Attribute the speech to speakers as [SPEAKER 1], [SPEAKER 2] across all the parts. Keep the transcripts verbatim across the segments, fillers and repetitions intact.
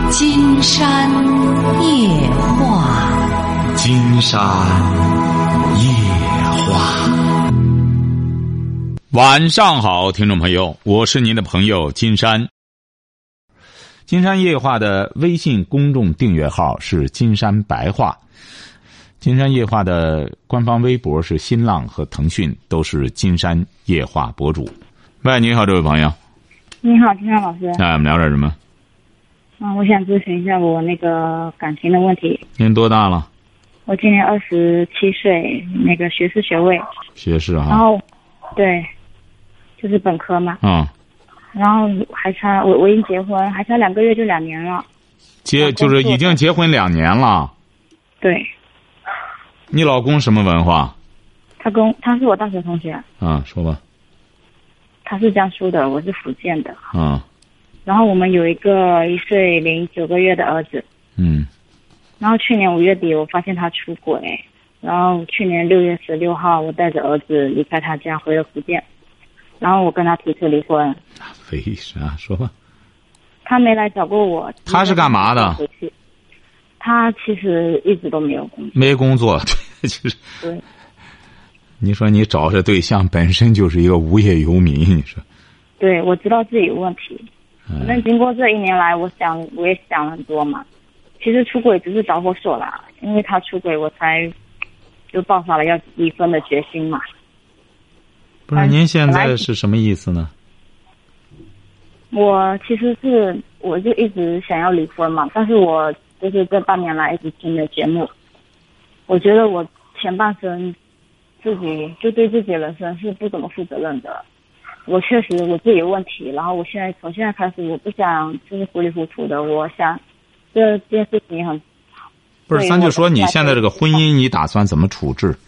[SPEAKER 1] 金山夜话，
[SPEAKER 2] 金山夜话。晚上好，听众朋友，我是您的朋友金山。金山夜话的微信公众订阅号是金山白话，金山夜话的官方微博是新浪和腾讯，都是金山夜话博主。喂，你好，这位朋友。
[SPEAKER 3] 你好，金山老师。
[SPEAKER 2] 那我们聊点什么？
[SPEAKER 3] 嗯，我想咨询一下我那个感情的问题。
[SPEAKER 2] 您多大了？
[SPEAKER 3] 我今年二十七岁，那个学士学位。
[SPEAKER 2] 学士哈。
[SPEAKER 3] 然后，对，就是本科嘛。
[SPEAKER 2] 嗯。
[SPEAKER 3] 然后还差我我已经结婚，还差两个月就两年了。
[SPEAKER 2] 结就是已经结婚两年了。
[SPEAKER 3] 对。
[SPEAKER 2] 你老公什么文化？
[SPEAKER 3] 他跟他是我大学同学。
[SPEAKER 2] 啊，说吧。
[SPEAKER 3] 他是江苏的，我是福建的。
[SPEAKER 2] 嗯。
[SPEAKER 3] 然后我们有一个一岁零九个月的儿子。
[SPEAKER 2] 嗯。
[SPEAKER 3] 然后去年五月底我发现他出轨，然后去年六月十六号我带着儿子离开他家回了福建，然后我跟他提出离婚。
[SPEAKER 2] 为啥？说吧。
[SPEAKER 3] 他没来找过我。
[SPEAKER 2] 他是干嘛的？
[SPEAKER 3] 他其实一直都没有工作。
[SPEAKER 2] 没工作，对，就是。
[SPEAKER 3] 对。
[SPEAKER 2] 你说你找这对象本身就是一个无业游民，你说。
[SPEAKER 3] 对，我知道自己有问题。那经过这一年来，我想我也想了很多嘛。其实出轨只是导火索啦，因为他出轨，我才就爆发了要离婚的决心嘛。
[SPEAKER 2] 不是，您现在是什么意思呢？
[SPEAKER 3] 我其实是我就一直想要离婚嘛，但是我就是这半年来一直听的节目，我觉得我前半生自己就对自己的人生是不怎么负责任的。我确实我自己有问题，然后我现在从现在开始，我不想就是糊里糊涂的，我想这件事情很
[SPEAKER 2] 不是，咱就说你现在这个婚姻，你打算怎么处置？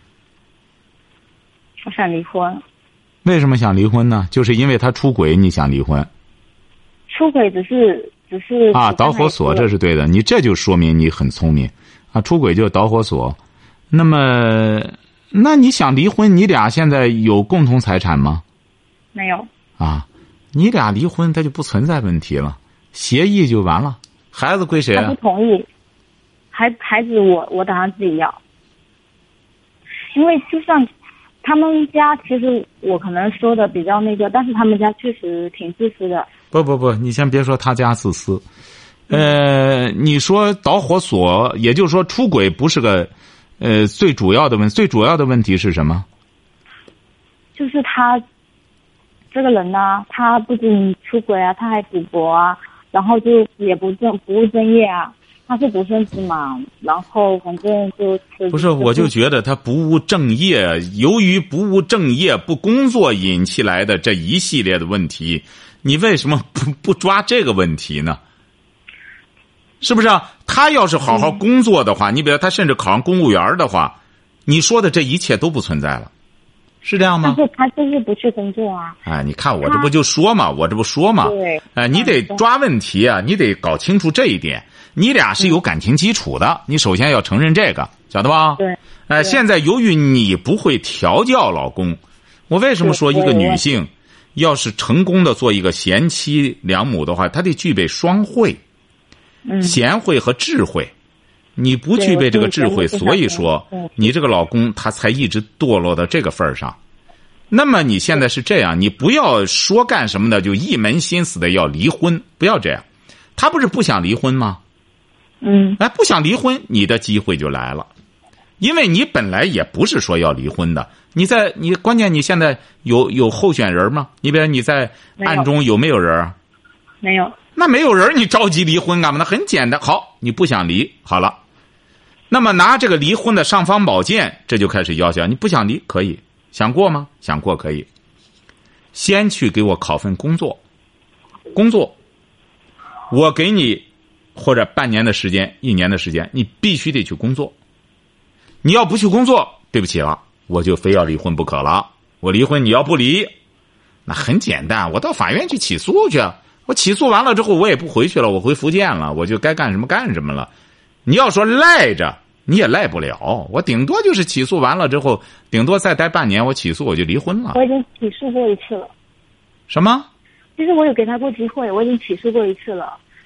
[SPEAKER 3] 我想离婚。
[SPEAKER 2] 为什么想离婚呢？就是因为他出轨，你想离婚？
[SPEAKER 3] 出轨只是只是
[SPEAKER 2] 啊，导火索，这是对的。你这就说明你很聪明啊！出轨就是导火索。那么，那你想离婚？你俩现在有共同财产吗？
[SPEAKER 3] 没有。
[SPEAKER 2] 啊，你俩离婚，他就不存在问题了，协议就完了。孩子归谁啊？
[SPEAKER 3] 他不同意。孩孩子我我打算自己要，因为就像他们家，其实我可能说的比较那个，但是他们家确实挺自私的。
[SPEAKER 2] 不不不，你先别说他家自私，呃，你说导火索，也就是说出轨不是个呃最主要的问，最主要的问题是什么？
[SPEAKER 3] 就是他这个人呢、啊，他不仅出轨啊，他还赌博啊，然后就也不正不务正业啊。他是独生子嘛，然后反正就
[SPEAKER 2] 不是，我就觉得他不务正业，由于不务正业、不工作引起来的这一系列的问题，你为什么不不抓这个问题呢？是不是啊？他要是好好工作的话，嗯、你比如他甚至考上公务员的话，你说的这一切都不存在了，是这样吗？
[SPEAKER 3] 但是他就是不去工作啊！
[SPEAKER 2] 哎，你看我这不就说嘛，我这不说嘛，
[SPEAKER 3] 对，
[SPEAKER 2] 哎，你得抓问题啊，你得搞清楚这一点。你俩是有感情基础的，你首先要承认这个，晓得吧？
[SPEAKER 3] 对。
[SPEAKER 2] 哎，现在由于你不会调教老公，我为什么说一个女性要是成功的做一个贤妻良母的话，她得具备双慧，
[SPEAKER 3] 嗯，
[SPEAKER 2] 贤惠和智慧。你不具备这个智慧，所以说你这个老公他才一直堕落到这个份儿上。那么你现在是这样，你不要说干什么的就一门心思的要离婚，不要这样。他不是不想离婚吗？
[SPEAKER 3] 嗯，
[SPEAKER 2] 哎，不想离婚，你的机会就来了，因为你本来也不是说要离婚的。你在你关键你现在有有候选人吗？你比如你在暗中有没有人？
[SPEAKER 3] 没有。
[SPEAKER 2] 那没有人，你着急离婚干嘛？那很简单，好，你不想离，好了，那么拿这个离婚的尚方宝剑，这就开始要求你不想离可以，想过吗？想过可以，先去给我考份工作，工作，我给你。或者半年的时间，一年的时间，你必须得去工作。你要不去工作，对不起了，我就非要离婚不可了。我离婚，你要不离，那很简单，我到法院去起诉去。我起诉完了之后，我也不回去了，我回福建了，我就该干什么干什么了。你要说赖着，你也赖不了。我顶多就是起诉完了之后，顶多再待半年，我起诉我就离婚了。
[SPEAKER 3] 我已经起诉过一次了。
[SPEAKER 2] 什么？
[SPEAKER 3] 其实我有给他过机会，我已经起诉过一次了。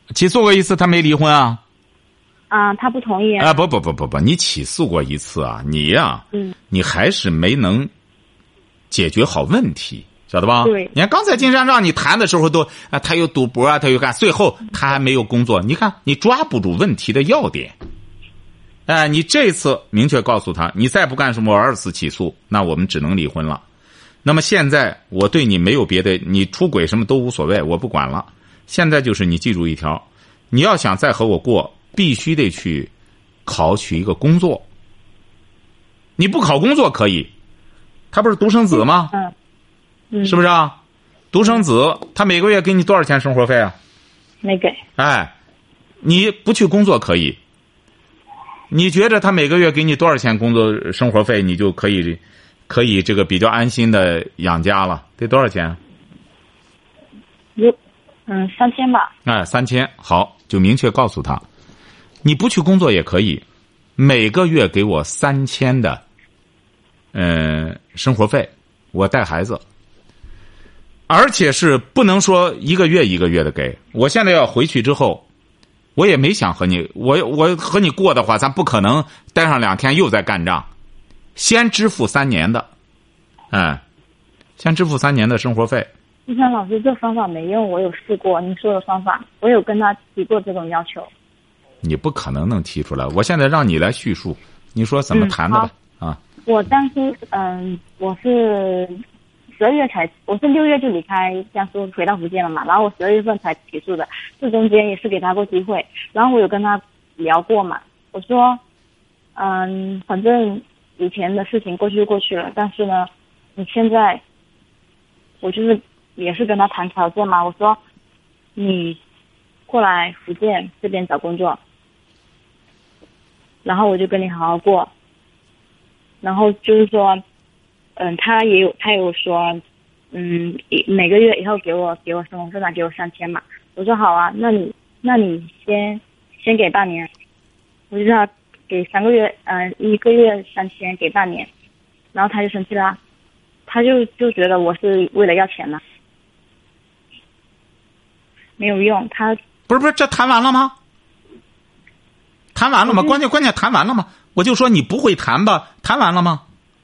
[SPEAKER 2] 起诉过一次，他没离婚啊？
[SPEAKER 3] 啊，他不同意啊。
[SPEAKER 2] 啊，不不不不不，你起诉过一次啊，你呀、啊，
[SPEAKER 3] 嗯，
[SPEAKER 2] 你还是没能解决好问题，晓得吧？
[SPEAKER 3] 对。
[SPEAKER 2] 你看刚才金山让你谈的时候都啊，他有赌博啊，他有干，最后他还没有工作。你看你抓不住问题的要点。哎，你这次明确告诉他，你再不干什么，我二次起诉，那我们只能离婚了。那么现在我对你没有别的，你出轨什么都无所谓，我不管了。现在就是你记住一条，你要想再和我过，必须得去考取一个工作。你不考工作可以，他不是独生子吗？
[SPEAKER 3] 嗯，嗯
[SPEAKER 2] 是不是啊？独生子他每个月给你多少钱生活费啊？
[SPEAKER 3] 没给。
[SPEAKER 2] 哎，你不去工作可以。你觉得他每个月给你多少钱工作生活费，你就可以可以这个比较安心的养家了？得多少钱？
[SPEAKER 3] 有，嗯，三千吧。
[SPEAKER 2] 哎，三千，好，就明确告诉他，你不去工作也可以，每个月给我三千的，嗯、呃，生活费，我带孩子，而且是不能说一个月一个月的给。我现在要回去之后。我也没想和你，我我和你过的话，咱不可能待上两天又在干仗，先支付三年的，哎，先支付三年的生活费。
[SPEAKER 3] 金山老师，这方法没用，我有试过你说的方法，我有跟他提过这种要求。
[SPEAKER 2] 你不可能能提出来，我现在让你来叙述，你说怎么谈的吧？
[SPEAKER 3] 嗯、
[SPEAKER 2] 啊，
[SPEAKER 3] 我当初嗯，我是十二月才，我是六月就离开江苏回到福建了嘛，然后我十二月份才提出的，这中间也是给他过机会，然后我有跟他聊过嘛，我说，嗯，反正以前的事情过去就过去了，但是呢，你现在，我就是也是跟他谈条件嘛，我说，你过来福建这边找工作，然后我就跟你好好过，然后就是说。嗯，他也有，他有说，嗯，每个月以后给我给我生活费嘛，给我三千嘛。我说好啊，那你那你先先给半年，我就让他给三个月，嗯、呃，一个月三千给半年，然后他就生气了，他就就觉得我是为了要钱嘛，没有用，他
[SPEAKER 2] 不是不是，这谈完了吗？谈完了吗？关键关键谈完了吗？我就说你不会谈吧，谈完了吗？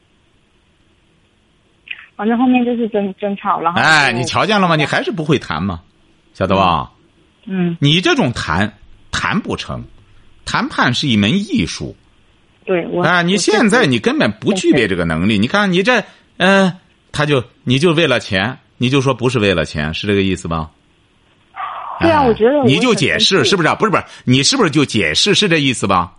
[SPEAKER 3] 反正后面就是争争吵，然后
[SPEAKER 2] 哎，你瞧见了吗？你还是不会谈嘛，晓得吧？
[SPEAKER 3] 嗯，
[SPEAKER 2] 你这种谈谈不成，谈判是一门艺术。
[SPEAKER 3] 对，我
[SPEAKER 2] 啊，你现在你根本不具备这个能力。你看你这，嗯、呃，他就你就为了钱，你就说不是为了钱，是这个意思吧？
[SPEAKER 3] 对啊，
[SPEAKER 2] 哎、
[SPEAKER 3] 我觉得我
[SPEAKER 2] 你就解释是不是、啊？不是不是，你是不是就解释是这意思吧？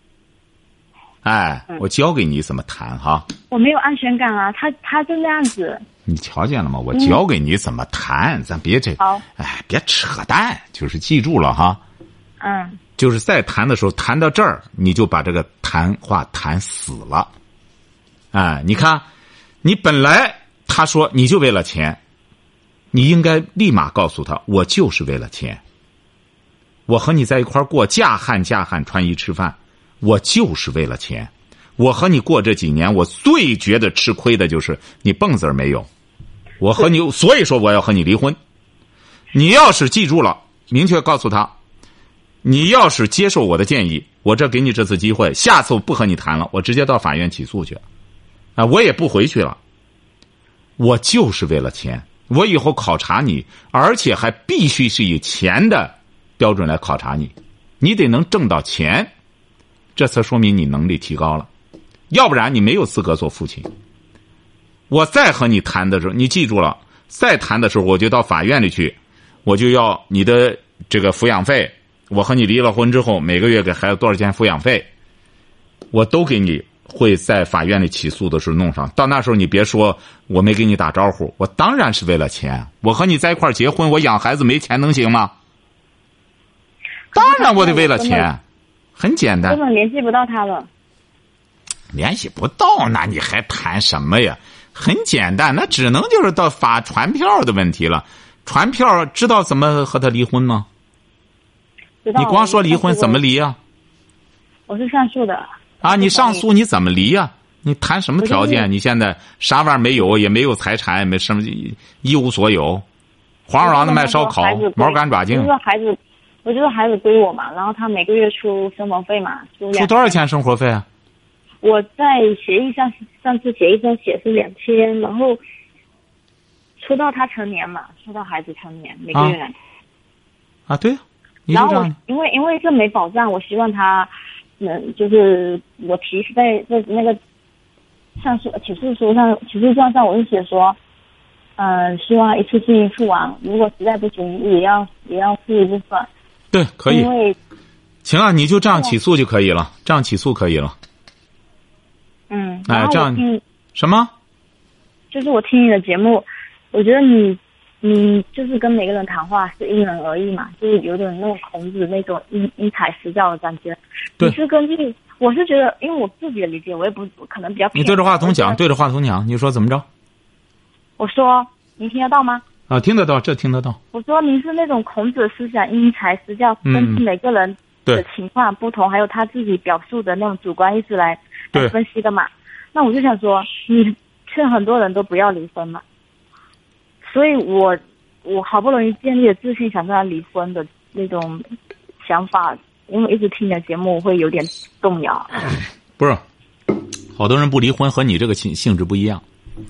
[SPEAKER 2] 哎，我教给你怎么谈哈。
[SPEAKER 3] 我没有安全感啊，他他就那样子。
[SPEAKER 2] 你瞧见了吗？我教给你怎么谈，嗯、咱别这，
[SPEAKER 3] 好，
[SPEAKER 2] 哎，别扯淡，就是记住了哈。
[SPEAKER 3] 嗯。
[SPEAKER 2] 就是在谈的时候，谈到这儿，你就把这个谈话谈死了。哎，你看，你本来他说你就为了钱，你应该立马告诉他，我就是为了钱。我和你在一块儿过，嫁汉嫁汉，穿衣吃饭。我就是为了钱，我和你过这几年，我最觉得吃亏的就是你蹦子儿没有。我和你，所以说我要和你离婚。你要是记住了，明确告诉他，你要是接受我的建议，我这给你这次机会，下次我不和你谈了，我直接到法院起诉去，啊，我也不回去了。我就是为了钱，我以后考察你，而且还必须是以钱的标准来考察你，你得能挣到钱。这才说明你能力提高了，要不然你没有资格做父亲。我再和你谈的时候，你记住了，再谈的时候我就到法院里去，我就要你的这个抚养费。我和你离了婚之后，每个月给孩子多少钱抚养费，我都给你会在法院里起诉的时候弄上。到那时候你别说我没给你打招呼，我当然是为了钱。我和你在一块儿结婚，我养孩子没钱能行吗？当然我得为了钱。很简单，
[SPEAKER 3] 根本联系不到他了。
[SPEAKER 2] 联系不到，那你还谈什么呀？很简单，那只能就是到发传票的问题了。传票知道怎么和他离婚吗？你光说离婚怎么离啊？
[SPEAKER 3] 我是上诉的。
[SPEAKER 2] 啊，你上诉你怎么离啊？你谈什么条件？你现在啥玩意儿没有，也没有财产，也没什么一无所有，黄鼠狼的卖烧烤，毛干爪精。
[SPEAKER 3] 就是说孩子。 我就是孩子归我嘛，然后他每个月出生活费嘛，出
[SPEAKER 2] 出多少钱生活费啊？
[SPEAKER 3] 我在协议上上次协议上写是两千，然后出到他成年嘛，出到孩子成年每个月。啊，
[SPEAKER 2] 啊对，你
[SPEAKER 3] 然后我因为因为这没保障，我希望他能就是我提在在那个上诉起诉书上起诉状上我是写说，呃，希望一次性付完，如果实在不行也要也要付一部分。
[SPEAKER 2] 对，可以。
[SPEAKER 3] 因为
[SPEAKER 2] 行啊，你就这样起诉就可以了，这样起诉可以了。
[SPEAKER 3] 嗯，
[SPEAKER 2] 哎，这样什么？
[SPEAKER 3] 就是我听你的节目，我觉得你你就是跟每个人谈话是因人而异嘛，就是有点那种孔子那种因因材施教的感觉。
[SPEAKER 2] 对，
[SPEAKER 3] 你是根据我是觉得，因为我自己的理解，我也不可能比较。
[SPEAKER 2] 你对着话筒讲，对着话筒讲，你说怎么着？
[SPEAKER 3] 我说，您听得到吗？
[SPEAKER 2] 啊，听得到，这听得到。
[SPEAKER 3] 我说您是那种孔子思想因材施教，根据每个人的情况不同，还有他自己表述的那种主观意识来来分析的嘛。那我就想说，你劝很多人都不要离婚嘛。所以我我好不容易建立了自信，想跟他离婚的那种想法，因为一直听你的节目，我会有点动摇。
[SPEAKER 2] 不是，好多人不离婚和你这个性性质不一样。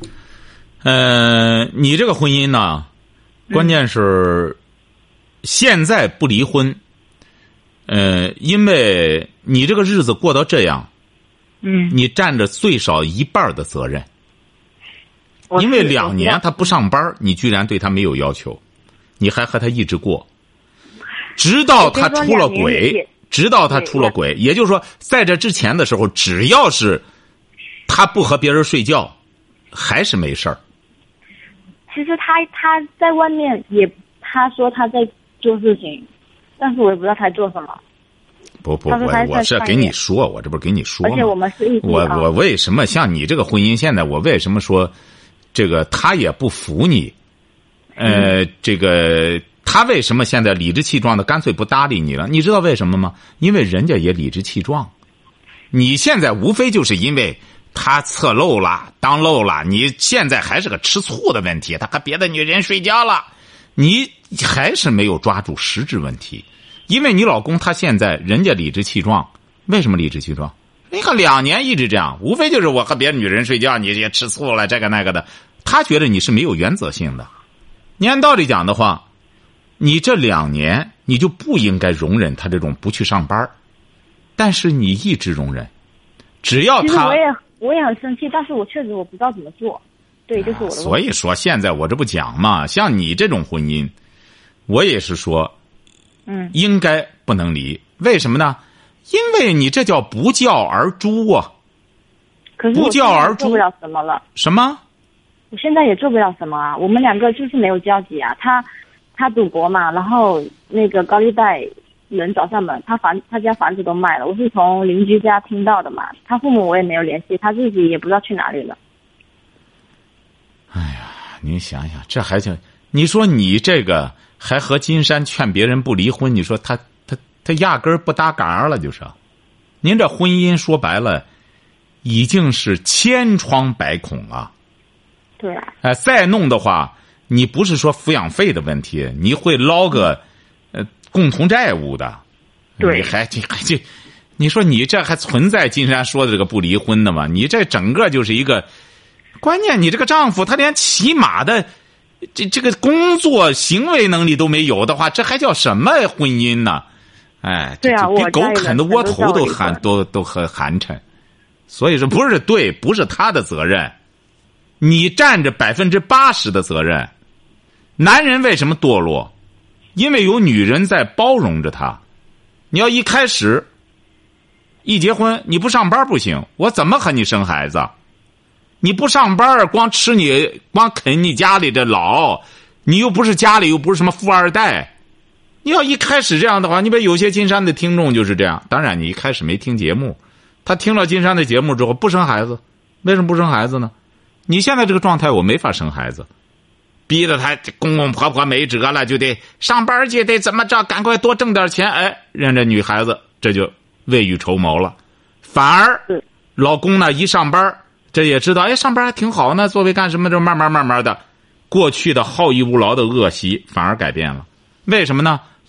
[SPEAKER 2] 呃，你这个婚姻呢，关键是现在不离婚，呃，因为你这个日子过到这样，
[SPEAKER 3] 嗯，
[SPEAKER 2] 你占着最少一半的责任。因为两年他不上班，你居然对他没有要求，你还和他一直过，直到他出了轨，直到他出了轨，也就是说，在这之前的时候，只要是他不和别人睡觉，还是没事儿。
[SPEAKER 3] 其实他他在外面也，他说他在做事情，但是我也不知道他在做什么。
[SPEAKER 2] 不不，我我是给你说，我这不是给你说吗？
[SPEAKER 3] 而且我们是异地。
[SPEAKER 2] 我我为什么像你这个婚姻，现在我为什么说？这个他也不服你，呃，这个他为什么现在理直气壮的干脆不搭理你了？你知道为什么吗？因为人家也理直气壮，你现在无非就是因为他侧漏了、当漏了，你现在还是个吃醋的问题，他和别的女人睡觉了，你还是没有抓住实质问题。因为你老公他现在人家理直气壮，为什么理直气壮？你看两年一直这样，无非就是我和别的女人睡觉，你也吃醋了，这个那个的。他觉得你是没有原则性的。你按道理讲的话，你这两年你就不应该容忍他这种不去上班，但是你一直容忍，只要他。
[SPEAKER 3] 其实我也我也很生气，但是我确实我不知道怎么做。对，就是我的问题。
[SPEAKER 2] 所以说现在我这不讲嘛，像你这种婚姻，我也是说，
[SPEAKER 3] 嗯，
[SPEAKER 2] 应该不能离。为什么呢？因为你这叫不教而诛啊！
[SPEAKER 3] 可是我现在做不了什么了。
[SPEAKER 2] 什么？
[SPEAKER 3] 我现在也做不了什么啊！我们两个就是没有交集啊。他他赌博嘛，然后那个高利贷人找上门，他房他家房子都卖了。我是从邻居家听到的嘛，他父母我也没有联系，他自己也不知道去哪里了。
[SPEAKER 2] 哎呀，您想想，这还行？你说你这个还和金山劝别人不离婚，你说他。他压根儿不搭嘎了，就是。您这婚姻说白了，已经是千疮百孔啊。
[SPEAKER 3] 对。
[SPEAKER 2] 哎、呃，再弄的话，你不是说抚养费的问题，你会捞个呃共同债务的。
[SPEAKER 3] 对。
[SPEAKER 2] 你还这还这，你说你这还存在金山说的这个不离婚的吗？你这整个就是一个，关键你这个丈夫他连起码的这这个工作行为能力都没有的话，这还叫什么婚姻呢？哎，
[SPEAKER 3] 对啊，
[SPEAKER 2] 比狗啃的窝头都寒都都很寒碜，所以说不是对，不是他的责任，你占着百分之八十的责任。男人为什么堕落？因为有女人在包容着他。你要一开始一结婚，你不上班不行，我怎么和你生孩子？你不上班，光吃你光啃你家里的老，你又不是家里又不是什么富二代。你要一开始这样的话，你比如有些金山的听众就是这样。当然，你一开始没听节目，他听了金山的节目之后不生孩子，为什么不生孩子呢？你现在这个状态，我没法生孩子，逼得他公公婆婆没辙了，就得上班去，得怎么着，赶快多挣点钱。哎，人家女孩子这就未雨绸缪了，反而老公呢一上班，这也知道，哎，上班还挺好呢，作为干什么，就慢慢慢慢的，过去的好逸恶劳的恶习反而改变了。为什么呢？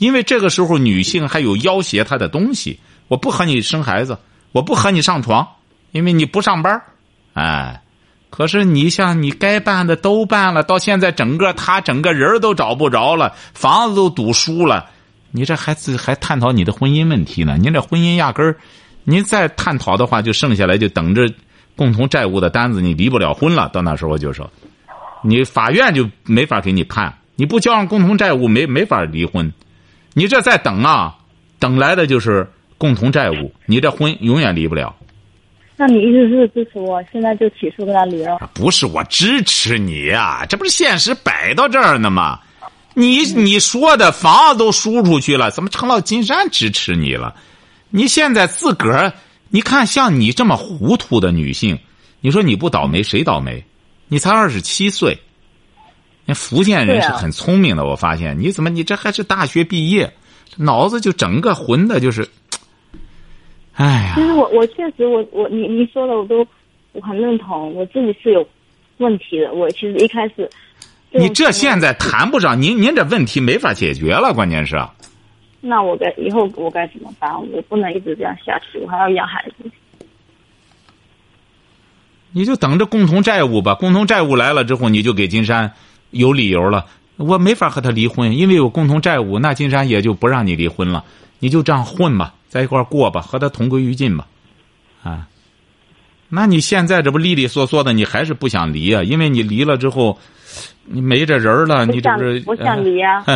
[SPEAKER 2] 因为这个时候女性还有要挟她的东西，我不和你生孩子，我不和你上床，因为你不上班，哎，可是你像你该办的都办了，到现在整个他整个人都找不着了，房子都赌输了，你这还还探讨你的婚姻问题呢？您这婚姻压根儿，您再探讨的话，就剩下来就等着共同债务的单子，你离不了婚了。到那时候就说，你法院就没法给你判，你不交上共同债务，没没法离婚。你这再等啊，等来的就是共同债务，你这婚永远离不了。
[SPEAKER 3] 那你意思是支持我现在就起诉跟他离了？
[SPEAKER 2] 不是我支持你啊，这不是现实摆到这儿呢吗？你你说的房子都输出去了，怎么成了金山支持你了？你现在自个儿，你看像你这么糊涂的女性，你说你不倒霉谁倒霉？你才二十七岁，那福建人是很聪明的，我发现你怎么你这还是大学毕业，脑子就整个混的就是，哎呀！
[SPEAKER 3] 其实我我确实我我你你说的我都我很认同，我自己是有问题的。我其实一开始，
[SPEAKER 2] 你这现在谈不上，您您这问题没法解决了，关键是。
[SPEAKER 3] 那我该以后我该怎么办？我不能一直这样下去，我还要养孩子。
[SPEAKER 2] 你就等着共同债务吧，共同债务来了之后，你就给金山有理由了。我没法和他离婚，因为有共同债务，那金山也就不让你离婚了。你就这样混吧，在一块儿过吧，和他同归于尽吧，啊。那你现在这不利利索索的，你还是不想离啊？因为你离了之后，你没这人了，你这不是？
[SPEAKER 3] 我想离啊！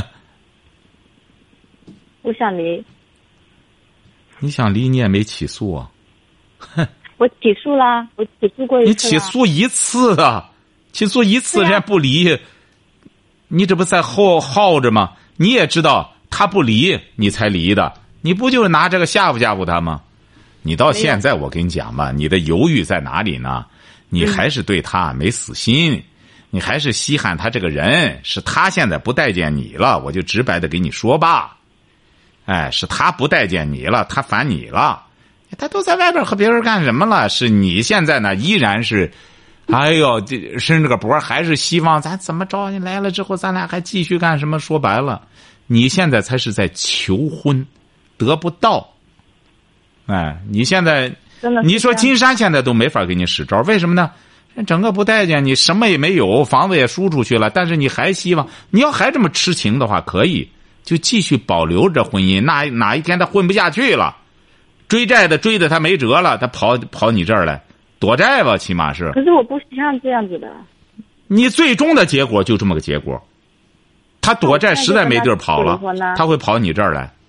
[SPEAKER 3] 我想离。
[SPEAKER 2] 你想离，你也没起诉啊？
[SPEAKER 3] 我起诉啦，我起诉过一次。
[SPEAKER 2] 你起诉一次啊？起诉一次，人家不离，你这不在后耗着吗？你也知道他不离，你才离的，你不就是拿这个吓唬吓唬他吗？你到现在，我跟你讲吧，你的犹豫在哪里呢？你还是对他没死心，嗯、你还是稀罕他这个人，是他现在不待见你了，我就直白的给你说吧。哎，是他不待见你了，他烦你了，他都在外边和别人干什么了？是你现在呢，依然是，哎呦，这伸着个脖还是希望咱怎么着？你来了之后，咱俩还继续干什么？说白了，你现在才是在求婚，得不到。哎，你现在，你说金山现在都没法给你使招，为什么呢？整个不待见你，什么也没有，房子也输出去了，但是你还希望，你要还这么痴情的话，可以就继续保留着婚姻。哪哪一天他混不下去了，追债的追的他没辙了，他跑跑你这儿来躲债吧，起码是。
[SPEAKER 3] 可是我不像这样子的。
[SPEAKER 2] 你最终的结果就这么个结果，他躲债实在没地儿跑了，他会跑你这儿来。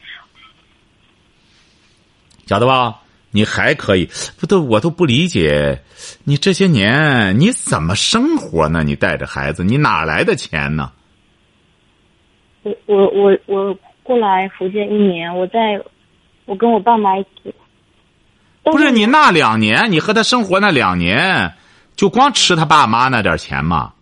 [SPEAKER 2] 晓得吧？你还可以，不都我都不理解，你这些年你怎么生活呢？你带着孩子，你哪来的钱呢？
[SPEAKER 3] 我我我我过来福建一年，我在，我跟我爸妈一起。
[SPEAKER 2] 不是你那两年，你和他生活那两年，就光吃他爸妈那点钱吗？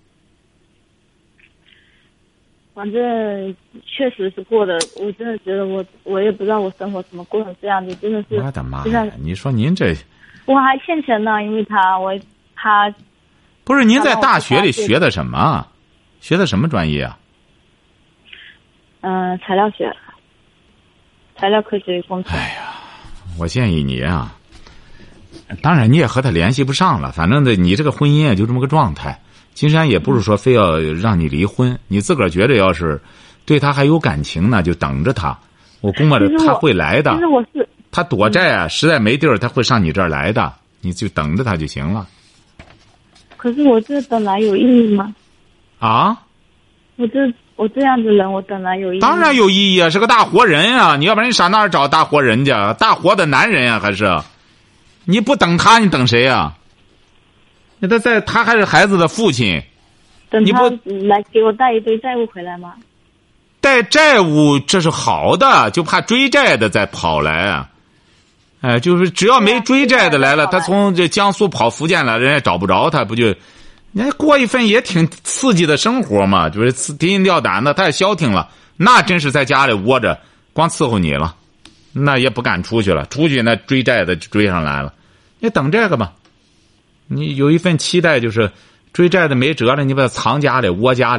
[SPEAKER 3] 反正确实是过的，我真的觉得我我也不知道我生活怎么过成这样子，真的是。
[SPEAKER 2] 我的妈呀！你说您这，
[SPEAKER 3] 我还欠钱呢，因为他我他。
[SPEAKER 2] 不是您在大学里学的什么？学的什么专业啊？
[SPEAKER 3] 嗯、呃，材料学，材料科学与工程。
[SPEAKER 2] 哎呀，我建议你啊，当然你也和他联系不上了，反正的你这个婚姻也就这么个状态。金山也不是说非要让你离婚，你自个儿觉得要是对他还有感情呢，就等着他。我估摸着他会来的。
[SPEAKER 3] 其实我是
[SPEAKER 2] 他躲债啊，实在没地儿，他会上你这儿来的，你就等着他就行了。
[SPEAKER 3] 可是我这等来有意义吗？
[SPEAKER 2] 啊？
[SPEAKER 3] 我这我这样子人，我等来有意义？
[SPEAKER 2] 当然有意义啊，是个大活人啊！你要不然你上哪儿找大活人去？大活的男人啊，还是？你不等他，你等谁啊？那他在，他还是孩子的父亲，
[SPEAKER 3] 等他来给我带一堆债务回来吗？
[SPEAKER 2] 带债务这是好的，就怕追债的再跑来啊！哎，就是只要没追债的来了，他从这江苏跑福建来，人家找不着他，不就，人家过一份也挺刺激的生活嘛，就是提心吊胆的，太消停了。那真是在家里窝着，光伺候你了，那也不敢出去了。出去那追债的追上来了，你等这个吧。你有一份期待，就是追债的没辙了，你把它藏家里窝家里，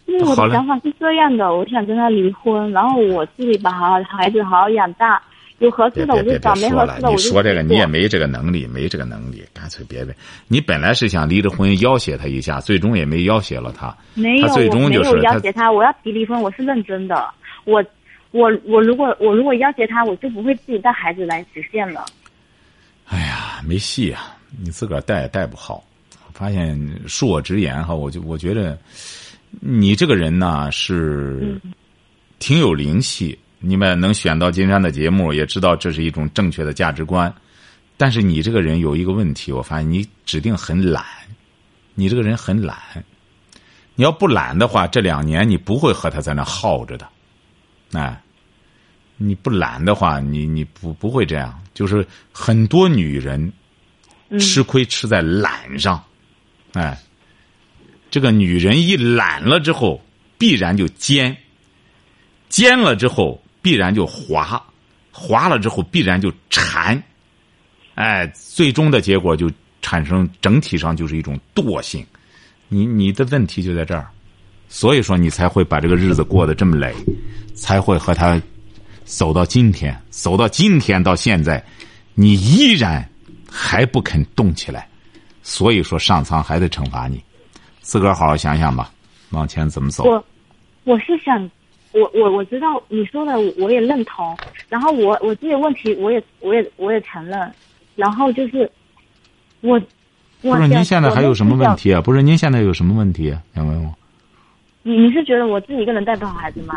[SPEAKER 3] 因为我的想法是这样的，我想跟他离婚，然后我自己把好孩子好好养大，有合适的我就找，没合适的我就。
[SPEAKER 2] 你说这个你也没这个能力，没这个能力，干脆别别。你本来是想离着婚要挟他一下，最终也没要挟了他。
[SPEAKER 3] 没有，
[SPEAKER 2] 他最终就是
[SPEAKER 3] 我没有要挟他，我要提离婚，我是认真的。我我我如果我如果要挟他，我就不会自己带孩子来实现了。
[SPEAKER 2] 哎呀，没戏啊！你自个儿带也带不好。我发现恕我直言哈，我就我觉得你这个人呢是挺有灵气。你们能选到金山的节目，也知道这是一种正确的价值观。但是你这个人有一个问题，我发现你指定很懒。你这个人很懒。你要不懒的话，这两年你不会和他在那耗着的。哎，你不懒的话，你你不不会这样。就是很多女人吃亏吃在懒上。哎，这个女人一懒了之后，必然就尖，尖了之后必然就滑，滑了之后必然就缠，哎，最终的结果就产生整体上就是一种惰性。你你的问题就在这儿，所以说你才会把这个日子过得这么累，才会和他走到今天，走到今天到现在，你依然还不肯动起来。所以说上苍还得惩罚你，自个儿好好想想吧，往前怎么走。
[SPEAKER 3] 我我是想，我我我知道你说的，我也认同。然后我我这些问题，我也我也我也承认。然后就是我，我
[SPEAKER 2] 不是您现在还有什么问题啊？不是您现在有什么问题啊？想问我。
[SPEAKER 3] 你你是觉得我自己一个人带不好孩子吗？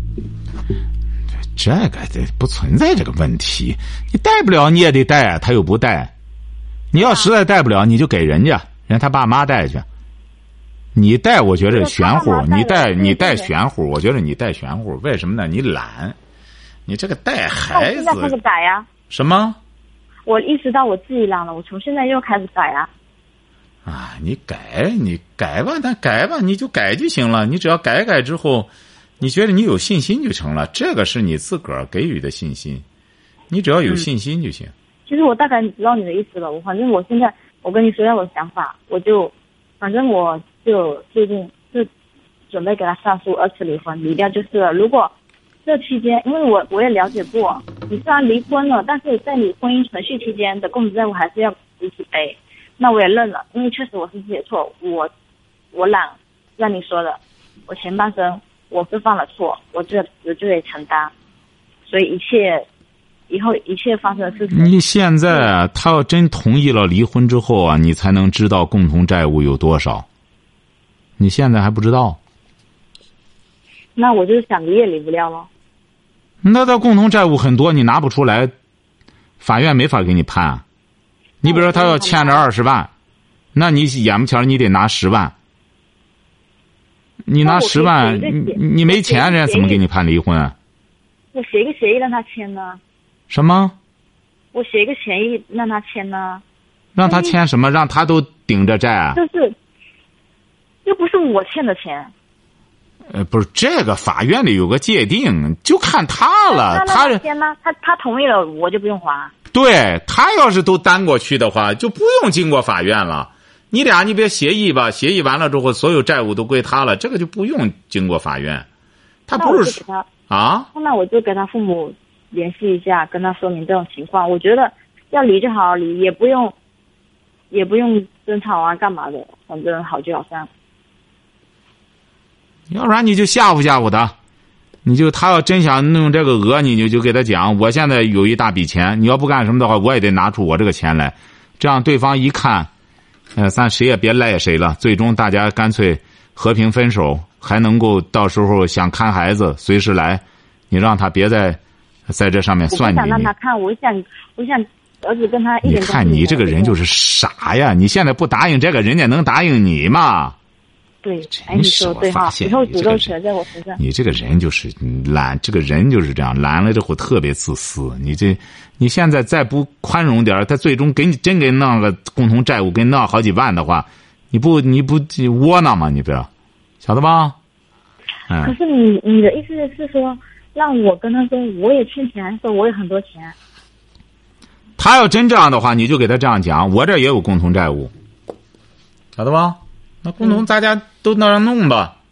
[SPEAKER 2] 这个这不存在这个问题，你带不了你也得带，他又不带。你要实在带不了，你就给人家，人家他爸妈带去。你带，我觉得玄乎；你带，你带玄乎。我觉得你带玄乎，为什么呢？你懒，你这个带孩子。
[SPEAKER 3] 我现在开始改呀。
[SPEAKER 2] 什么？
[SPEAKER 3] 我意识到我自己懒了，我从现在又开始改呀。
[SPEAKER 2] 啊，你改，你改吧，那改吧，你就改就行了。你只要改改之后，你觉得你有信心就成了。这个是你自个儿给予的信心，你只要有信心就行。嗯，
[SPEAKER 3] 其实我大概知道你的意思了，我反正我现在我跟你说一下我的想法，我就反正我就最近就准备给他上诉二次离婚，离掉就是了。如果这期间，因为我我也了解过，你虽然离婚了，但是在你婚姻程序期间的共同债务还是要一起背，那我也认了，因为确实我是自己的错，我我懒，像你说的，我前半生我是犯了错，我这我就得承担，所以一切。以后一切发生的事情，
[SPEAKER 2] 你现在啊，他要真同意了离婚之后啊，你才能知道共同债务有多少。你现在还不知道，
[SPEAKER 3] 那我就是想离也离不了了。
[SPEAKER 2] 那他共同债务很多，你拿不出来，法院没法给你判啊。你比如说他要欠着二十万，那你眼不前你得拿十万，你拿十万，你你没钱，人家怎么给你判离婚啊？
[SPEAKER 3] 我写一个协议让他签呢。
[SPEAKER 2] 什么？
[SPEAKER 3] 我写一个协议让他签呢。
[SPEAKER 2] 让他签什么？让他都顶着债啊？
[SPEAKER 3] 就是，又不是我欠的钱。
[SPEAKER 2] 呃，不是，这个法院里有个界定，就看他了。
[SPEAKER 3] 他签呢？他他同意了，我就不用还。
[SPEAKER 2] 对，他要是都担过去的话，就不用经过法院了。你俩你别协议吧，协议完了之后，所有债务都归他了，这个就不用经过法院。他不是
[SPEAKER 3] 他
[SPEAKER 2] 啊？
[SPEAKER 3] 那我就给他父母联系一下，跟他说明这种情况。我觉得要离就好好离，也不用，也不用争吵啊，干嘛的？反正好聚好散。
[SPEAKER 2] 要不然你就吓唬吓唬他，你就他要真想弄这个讹你，你就给他讲，我现在有一大笔钱，你要不干什么的话，我也得拿出我这个钱来。这样对方一看，呃，咱谁也别赖谁了，最终大家干脆和平分手，还能够到时候想看孩子随时来，你让他别再在这上面算计你。
[SPEAKER 3] 我不想让他看，我想，我想儿子跟他一点。
[SPEAKER 2] 你看你这个人就是傻呀！你现在不答应这个，人家能答应你吗？
[SPEAKER 3] 对，哎，你说对哈，以后诅咒全在我身上。
[SPEAKER 2] 你这个人就是懒，这个人就是这样，懒了之后特别自私。你这，你现在再不宽容点，他最终给你真给弄个共同债务，给你弄好几万的话，你不你不窝囊吗？你不要，晓得吧？嗯。
[SPEAKER 3] 可是你你的意思是说，让我跟他说我也欠钱，说我有很多钱。
[SPEAKER 2] 他要真这样的话，你就给他这样讲，我这也有共同债务，晓得吧？那共同大家都那样弄吧，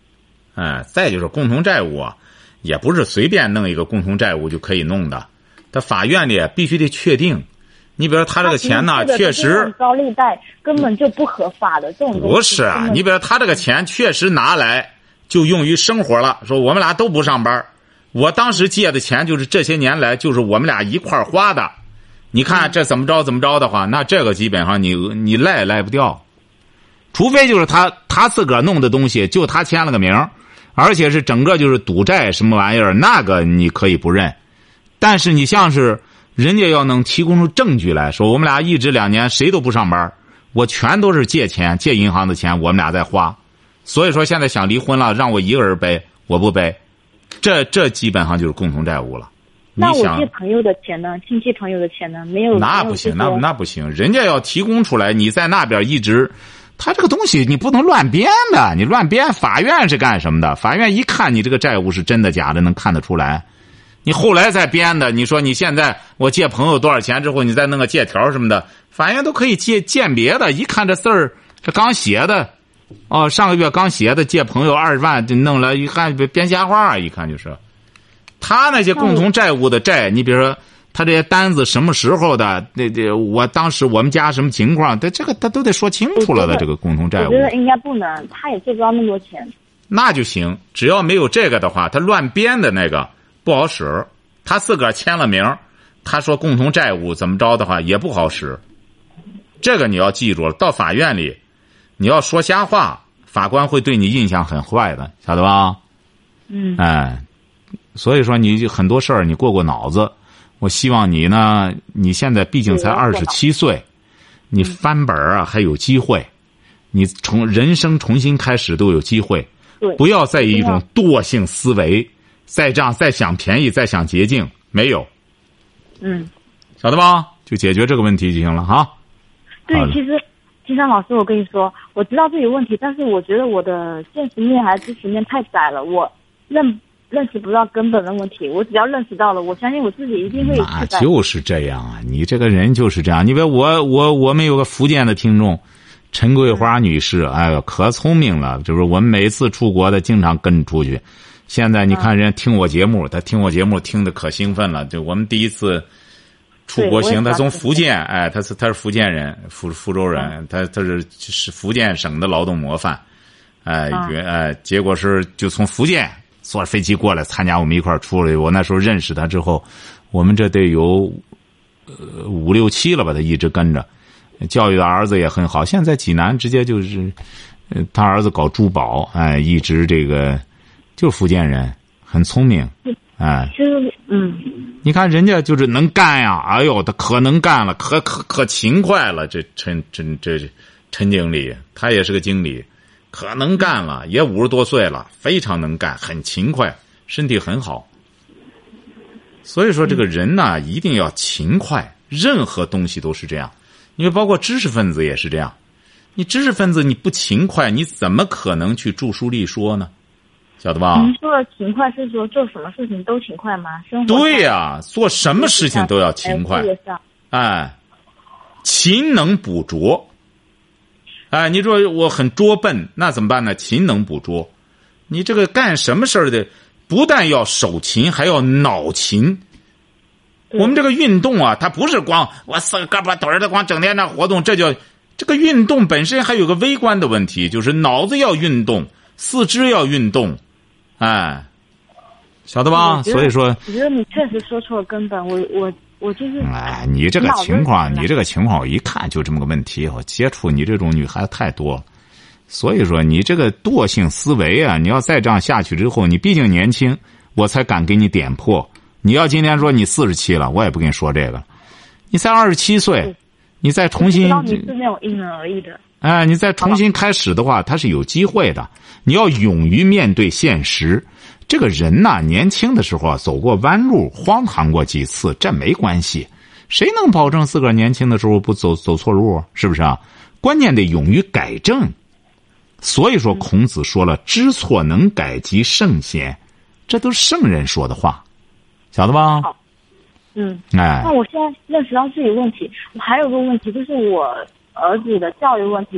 [SPEAKER 2] 哎，再就是共同债务啊，也不是随便弄一个共同债务就可以弄的，他法院里必须得确定。你比如说他这个钱呢，确实
[SPEAKER 3] 高利贷根本就不合法的，这种东西
[SPEAKER 2] 不是啊。你比如说他这个钱确实拿来就用于生活了，说我们俩都不上班，我当时借的钱就是这些年来就是我们俩一块儿花的，你看这怎么着怎么着的话，那这个基本上你你赖也赖不掉。除非就是他他自个儿弄的东西，就他签了个名，而且是整个就是赌债什么玩意儿，那个你可以不认。但是你像是人家要能提供出证据来说，我们俩一直两年谁都不上班，我全都是借钱借银行的钱，我们俩在花，所以说现在想离婚了，让我一个人背，我不背，这这基本上就是共同债务了。
[SPEAKER 3] 那我借朋友的钱呢？亲戚朋友的钱呢？没有？
[SPEAKER 2] 那不行，那那不行，人家要提供出来，你在那边一直。他这个东西你不能乱编的，你乱编，法院是干什么的？法院一看你这个债务是真的假的，能看得出来。你后来再编的，你说你现在我借朋友多少钱之后，你再弄个借条什么的，法院都可以借鉴别的。一看这字儿，这刚写的，哦，上个月刚写的，借朋友二十万，就弄了，一看编瞎话，一看就是。他那些共同债务的债，你比如说。他这些单子什么时候的？那这我当时我们家什么情况？他这个他都得说清楚了的。这个共同债务，
[SPEAKER 3] 我觉得应该不能，他也借不到那么多钱。
[SPEAKER 2] 那就行，只要没有这个的话，他乱编的那个不好使。他自个儿签了名，他说共同债务怎么着的话也不好使。这个你要记住了，到法院里，你要说瞎话，法官会对你印象很坏的，晓得吧？
[SPEAKER 3] 嗯。
[SPEAKER 2] 哎，所以说你很多事儿你过过脑子。我希望你呢，你现在毕竟才二十七岁，你翻本啊还有机会，你从人生重新开始都有机会，不要再以一种惰性思维，再这样再想便宜再想捷径，没有。
[SPEAKER 3] 嗯，
[SPEAKER 2] 晓得吧？就解决这个问题就行了哈。
[SPEAKER 3] 对，其实金山老师，我跟你说，我知道这有问题，但是我觉得我的现实面还是知识面太窄了，我认。认识不到根本的问题，我只要认识到了，我相信我自己一定会。
[SPEAKER 2] 那就是这样啊！你这个人就是这样。你别我我我们有个福建的听众，陈桂花女士，哎呦，可聪明了。就是我们每次出国的，经常跟出去。现在你看人家听我节目，他听我节目听得可兴奋了。就我们第一次出国行，他从福建，哎，他是他是福建人，福福州人，他他是是福建省的劳动模范，哎，哎，结果是就从福建。坐飞机过来参加我们一块儿出来，我那时候认识他之后，我们这得有呃五六七了吧，他一直跟着，教育的儿子也很好。现在济南直接就是，呃，他儿子搞珠宝，哎，一直这个就是福建人，很聪明，哎，
[SPEAKER 3] 嗯，
[SPEAKER 2] 你看人家就是能干呀，哎呦，他可能干了，可可可勤快了。这陈陈这陈经理，他也是个经理。可能干了，也五十多岁了，非常能干，很勤快，身体很好。所以说，这个人呢，一定要勤快，任何东西都是这样。因为包括知识分子也是这样，你知识分子你不勤快，你怎么可能去著书立说呢？晓得吧？
[SPEAKER 3] 您说的勤快是说做什么事情都勤快吗？生活
[SPEAKER 2] 对呀、啊，做什么事情都要勤快。哎，勤能补拙。哎，你说我很拙笨，那怎么办呢？勤能补拙。你这个干什么事儿的，不但要手勤，还要脑勤。我们这个运动啊，它不是光我四个胳膊腿儿的光整天那活动，这叫这个运动本身还有个微观的问题，就是脑子要运动，四肢要运动，哎，晓得吧？所以说，
[SPEAKER 3] 我觉得你确实说出了根本。我我。我就是
[SPEAKER 2] 哎，你这个情况，你这个情况，我一看就这么个问题。我接触你这种女孩子太多了，所以说你这个惰性思维啊，你要再这样下去之后，你毕竟年轻，我才敢给你点破。你要今天说你四十七了，我也不跟你说这个。你才二十七岁，你再重新，
[SPEAKER 3] 你是那种因人而异的。
[SPEAKER 2] 哎，你再重新开始的话，它是有机会的。你要勇于面对现实。这个人呐，年轻的时候啊，走过弯路，荒唐过几次，这没关系。谁能保证自个儿年轻的时候不走走错路？是不是啊？关键得勇于改正。所以说，孔子说了：“知错能改即圣贤。”这都是圣人说的话，晓得吧？
[SPEAKER 3] 好，嗯，
[SPEAKER 2] 哎，
[SPEAKER 3] 那我现在认识到自己问题，我还有个问题，就是我儿子的教育问题。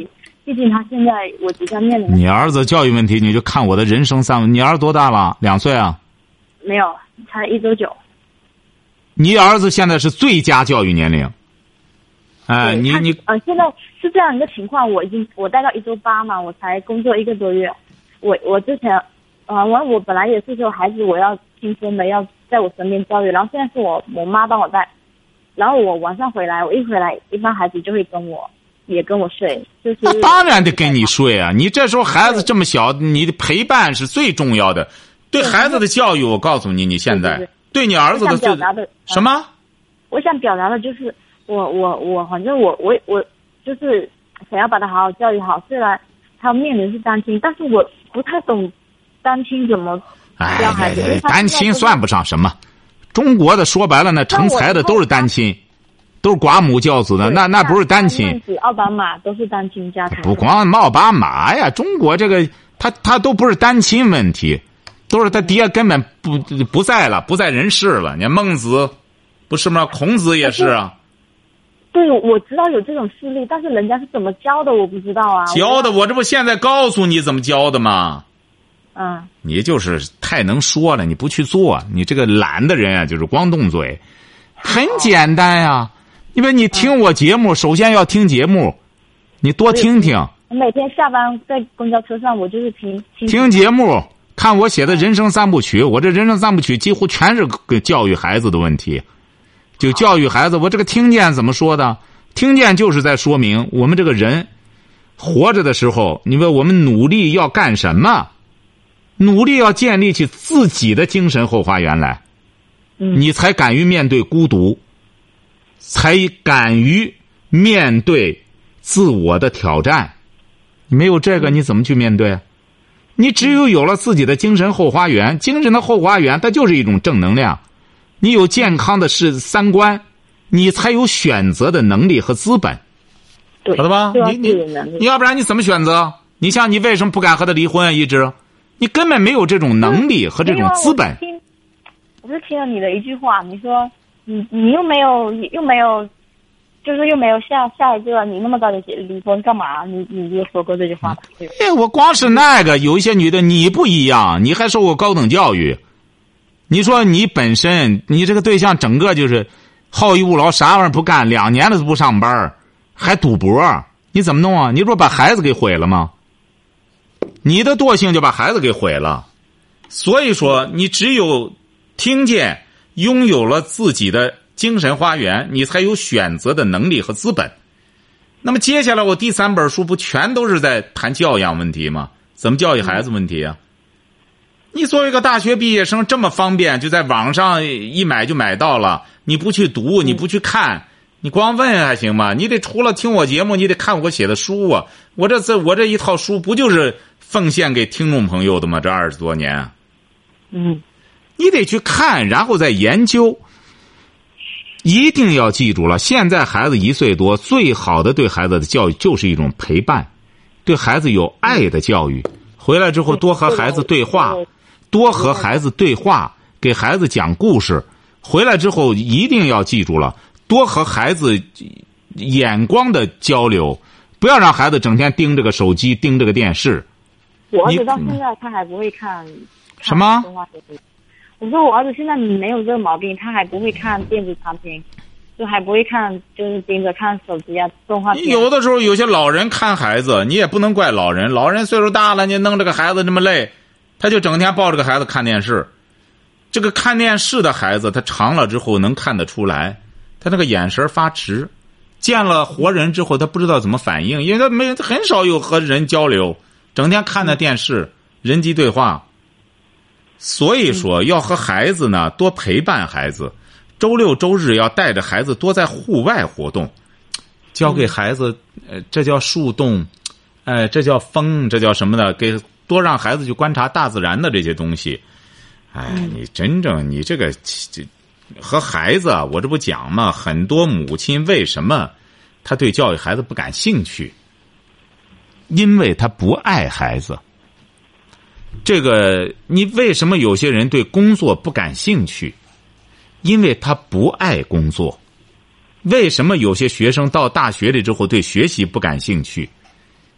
[SPEAKER 3] 毕竟他现在我即将面临。
[SPEAKER 2] 你儿子教育问题，你就看我的人生三。你儿子多大了？两岁啊？
[SPEAKER 3] 没有，才一周九。
[SPEAKER 2] 你儿子现在是最佳教育年龄。哎，你你
[SPEAKER 3] 呃，现在是这样一个情况，我已经我带到一周八嘛，我才工作一个多月。我我之前，呃，我我本来也是说孩子我要亲生的，要在我身边教育，然后现在是我我妈帮我带，然后我晚上回来，我一回来，一般孩子就会跟我也跟我睡，就是
[SPEAKER 2] 那当然得跟你睡啊！你这时候孩子这么小，你的陪伴是最重要的。对孩子的教育，我告诉你，你现在 对, 对, 对, 对你儿子的最
[SPEAKER 3] 的
[SPEAKER 2] 什么？
[SPEAKER 3] 我想表达的就是我我我反正我我我就是想要把他好好教育好。虽然他面临是单亲，但是我不太懂单亲怎么教孩子。
[SPEAKER 2] 哎，单亲算不上什么。中国的说白了呢，成才的都是单亲，都是寡母教子的，那那不是单亲。
[SPEAKER 3] 奥巴马都是单亲家庭。
[SPEAKER 2] 不光奥巴马呀，中国这个他他都不是单亲问题。都是他爹根本不不在了，不在人世了。你看孟子，不是吗？孔子也是啊。
[SPEAKER 3] 对，我知道有这种事例，但是人家是怎么教的，我不知道啊。
[SPEAKER 2] 教的，我这不现在告诉你怎么教的吗？
[SPEAKER 3] 嗯。
[SPEAKER 2] 你就是太能说了，你不去做，你这个懒的人啊，就是光动嘴。很简单呀、啊，因为你听我节目，嗯、首先要听节目，你多听听。
[SPEAKER 3] 我每天下班在公交车上，我就是听听
[SPEAKER 2] 听节目。看我写的人生三部曲，我这人生三部曲几乎全是给教育孩子的问题，就教育孩子。我这个听见怎么说的？听见就是在说明我们这个人活着的时候，你说我们努力要干什么？努力要建立起自己的精神后花园来，你才敢于面对孤独，才敢于面对自我的挑战。你没有这个，你怎么去面对？你只有有了自己的精神后花园，精神的后花园它就是一种正能量。你有健康的是三观，你才有选择的能力和资本，
[SPEAKER 3] 对，
[SPEAKER 2] 晓得吧？你你你要不然你怎么选择？你像你为什么不敢和他离婚啊？一直，你根本没有这种能力和这种资本。
[SPEAKER 3] 我, 我是听了你的一句话，你说你你又没有又没有。就是又没有下下一个，你那么早就离婚干嘛？你你就说过这句话的。
[SPEAKER 2] 哎，我光是那个，有一些女的你不一样，你还受过高等教育。你说你本身你这个对象整个就是好逸恶劳，啥玩意儿不干，两年了都不上班，还赌博，你怎么弄啊？你不是把孩子给毁了吗？你的惰性就把孩子给毁了。所以说，你只有听见，拥有了自己的精神花园，你才有选择的能力和资本。那么接下来我第三本书不全都是在谈教养问题吗？怎么教育孩子问题啊？你作为一个大学毕业生，这么方便，就在网上一买就买到了，你不去读，你不去看，你光问还行吗？你得除了听我节目，你得看我写的书啊。我这这我这一套书不就是奉献给听众朋友的吗？这二十多年，
[SPEAKER 3] 嗯，
[SPEAKER 2] 你得去看，然后再研究。一定要记住了，现在孩子一岁多，最好的对孩子的教育就是一种陪伴，对孩子有爱的教育。回来之后多和孩子对话，多和孩子对话，给孩子讲故事。回来之后一定要记住了，多和孩子眼光的交流，不要让孩子整天盯着个手机，盯着个电视。
[SPEAKER 3] 我儿子到现在他还不会看
[SPEAKER 2] 什么？
[SPEAKER 3] 我说我儿子现在没有这个毛病，他还不会看电子产品，就还不会看，就是盯着看手机啊、动画片。
[SPEAKER 2] 有的时候有些老人看孩子，你也不能怪老人，老人岁数大了，你弄这个孩子这么累，他就整天抱着个孩子看电视。这个看电视的孩子，他长了之后能看得出来，他那个眼神发直，见了活人之后，他不知道怎么反应，因为他没很少有和人交流，整天看的电视，人机对话。所以说要和孩子呢多陪伴孩子，周六周日要带着孩子多在户外活动，教给孩子，呃，这叫树洞，呃，这叫风，这叫什么呢？给多让孩子去观察大自然的这些东西。哎，你真正你这个这和孩子啊，我这不讲嘛，很多母亲为什么他对教育孩子不感兴趣？因为他不爱孩子。这个你为什么有些人对工作不感兴趣？因为他不爱工作。为什么有些学生到大学里之后对学习不感兴趣？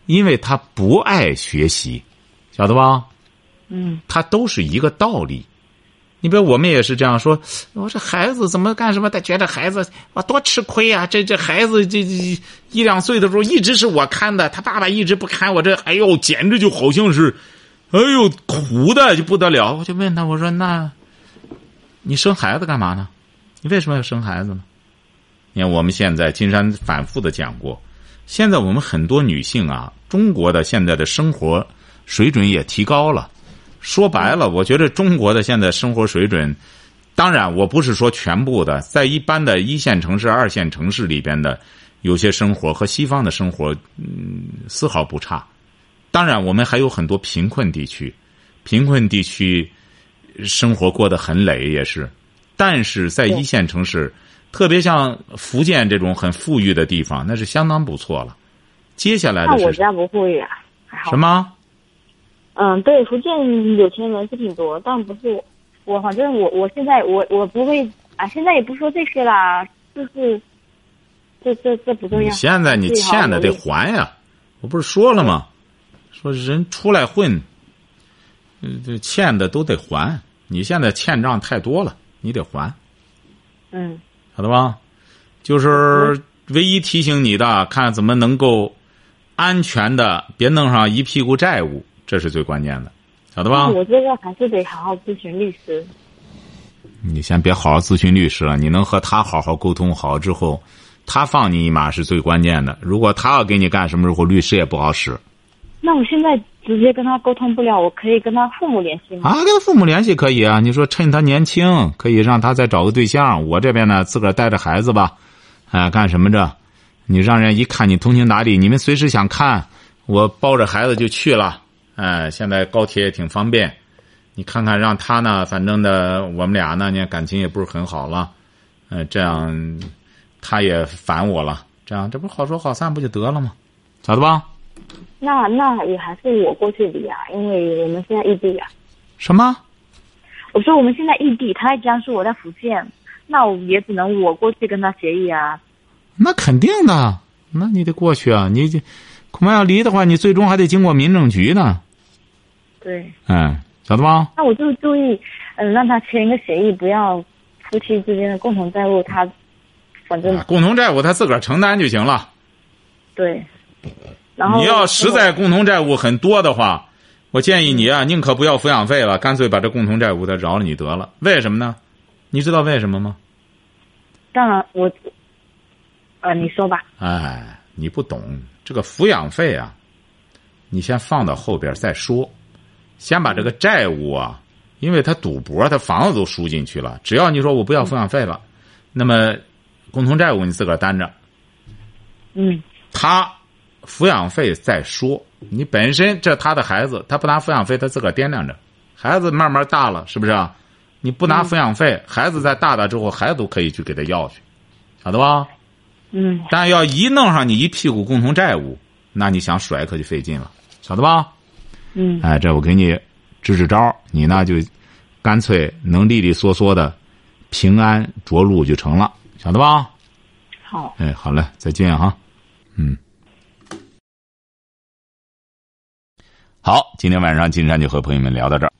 [SPEAKER 2] 因为他不爱学习，晓得吧？
[SPEAKER 3] 嗯，
[SPEAKER 2] 他都是一个道理。你比如我们也是这样说，我这孩子怎么干什么？他觉得孩子哇多吃亏啊！这这孩子这这一两岁的时候一直是我看的，他爸爸一直不看我，这哎呦简直就好像是，哎呦苦的就不得了。我就问他，我说那，你生孩子干嘛呢？你为什么要生孩子呢？你看我们现在金山反复的讲过，现在我们很多女性啊，中国的现在的生活水准也提高了。说白了，我觉得中国的现在生活水准，当然我不是说全部的，在一般的一线城市、二线城市里边的有些生活和西方的生活，嗯，丝毫不差。当然，我们还有很多贫困地区，贫困地区生活过得很累，也是。但是在一线城市，特别像福建这种很富裕的地方，那是相当不错了。接下来的是
[SPEAKER 3] 那我家不富裕啊，还好。
[SPEAKER 2] 什么？
[SPEAKER 3] 嗯，对，福建有钱人是挺多，但不是我，我反正我我现在我我不会啊，现在也不说这些啦，就是这这这不重要。
[SPEAKER 2] 现在你欠的得还呀，我不是说了吗？说人出来混，嗯，这欠的都得还。你现在欠账太多了，你得还。
[SPEAKER 3] 嗯，
[SPEAKER 2] 晓得吧？就是唯一提醒你的，看怎么能够安全的，别弄上一屁股债务。这是最关键的，晓得吧？
[SPEAKER 3] 我这个还是得好好咨询律师。
[SPEAKER 2] 你先别好好咨询律师了，你能和他好好沟通好之后，他放你一马是最关键的。如果他要给你干什么时候，律师也不好使。
[SPEAKER 3] 那我现在直接跟他沟通不了，我可以跟他父母联系吗？
[SPEAKER 2] 啊，跟他父母联系可以啊。你说趁他年轻，可以让他再找个对象。我这边呢，自个儿带着孩子吧，哎，干什么着？你让人一看你通情达理，你们随时想看，我抱着孩子就去了。哎，现在高铁也挺方便，你看看让他呢，反正的我们俩呢，你感情也不是很好了，呃，这样他也烦我了，这样这不好说好散不就得了吗？晓得吧？
[SPEAKER 3] 那那也还是我过去离啊，因为我们现在异地啊。
[SPEAKER 2] 什么？
[SPEAKER 3] 我说我们现在异地，他在江苏，我在福建，那我也只能我过去跟他协议啊。
[SPEAKER 2] 那肯定的，那你得过去啊，你恐怕要离的话，你最终还得经过民政局呢。
[SPEAKER 3] 对，
[SPEAKER 2] 嗯，晓得吗？
[SPEAKER 3] 那我就注意，嗯，让他签一个协议，不要夫妻之间的共同债务，他反正、
[SPEAKER 2] 啊、共同债务他自个儿承担就行了。
[SPEAKER 3] 对，然后
[SPEAKER 2] 你要实在共同债务很多的话，我建议你啊，宁可不要抚养费了，干脆把这共同债务他饶了你得了。为什么呢？你知道为什么吗？
[SPEAKER 3] 当然我，呃，你说吧。
[SPEAKER 2] 哎，你不懂这个抚养费啊，你先放到后边再说。先把这个债务啊，因为他赌博，他房子都输进去了。只要你说我不要抚养费了，那么共同债务你自个儿担着。
[SPEAKER 3] 嗯，
[SPEAKER 2] 他抚养费再说。你本身这他的孩子，他不拿抚养费，他自个儿掂量着。孩子慢慢大了，是不是啊？你不拿抚养费，嗯、孩子再大大之后，孩子都可以去给他要去，晓得吧？
[SPEAKER 3] 嗯。
[SPEAKER 2] 但要一弄上你一屁股共同债务，那你想甩可就费劲了，晓得吧？
[SPEAKER 3] 嗯，
[SPEAKER 2] 哎，这我给你支支招，你呢就干脆能利利索索的平安着陆就成了，晓得吧？
[SPEAKER 3] 好。
[SPEAKER 2] 哎，好嘞，再见哈。嗯。好，今天晚上金山就和朋友们聊到这儿。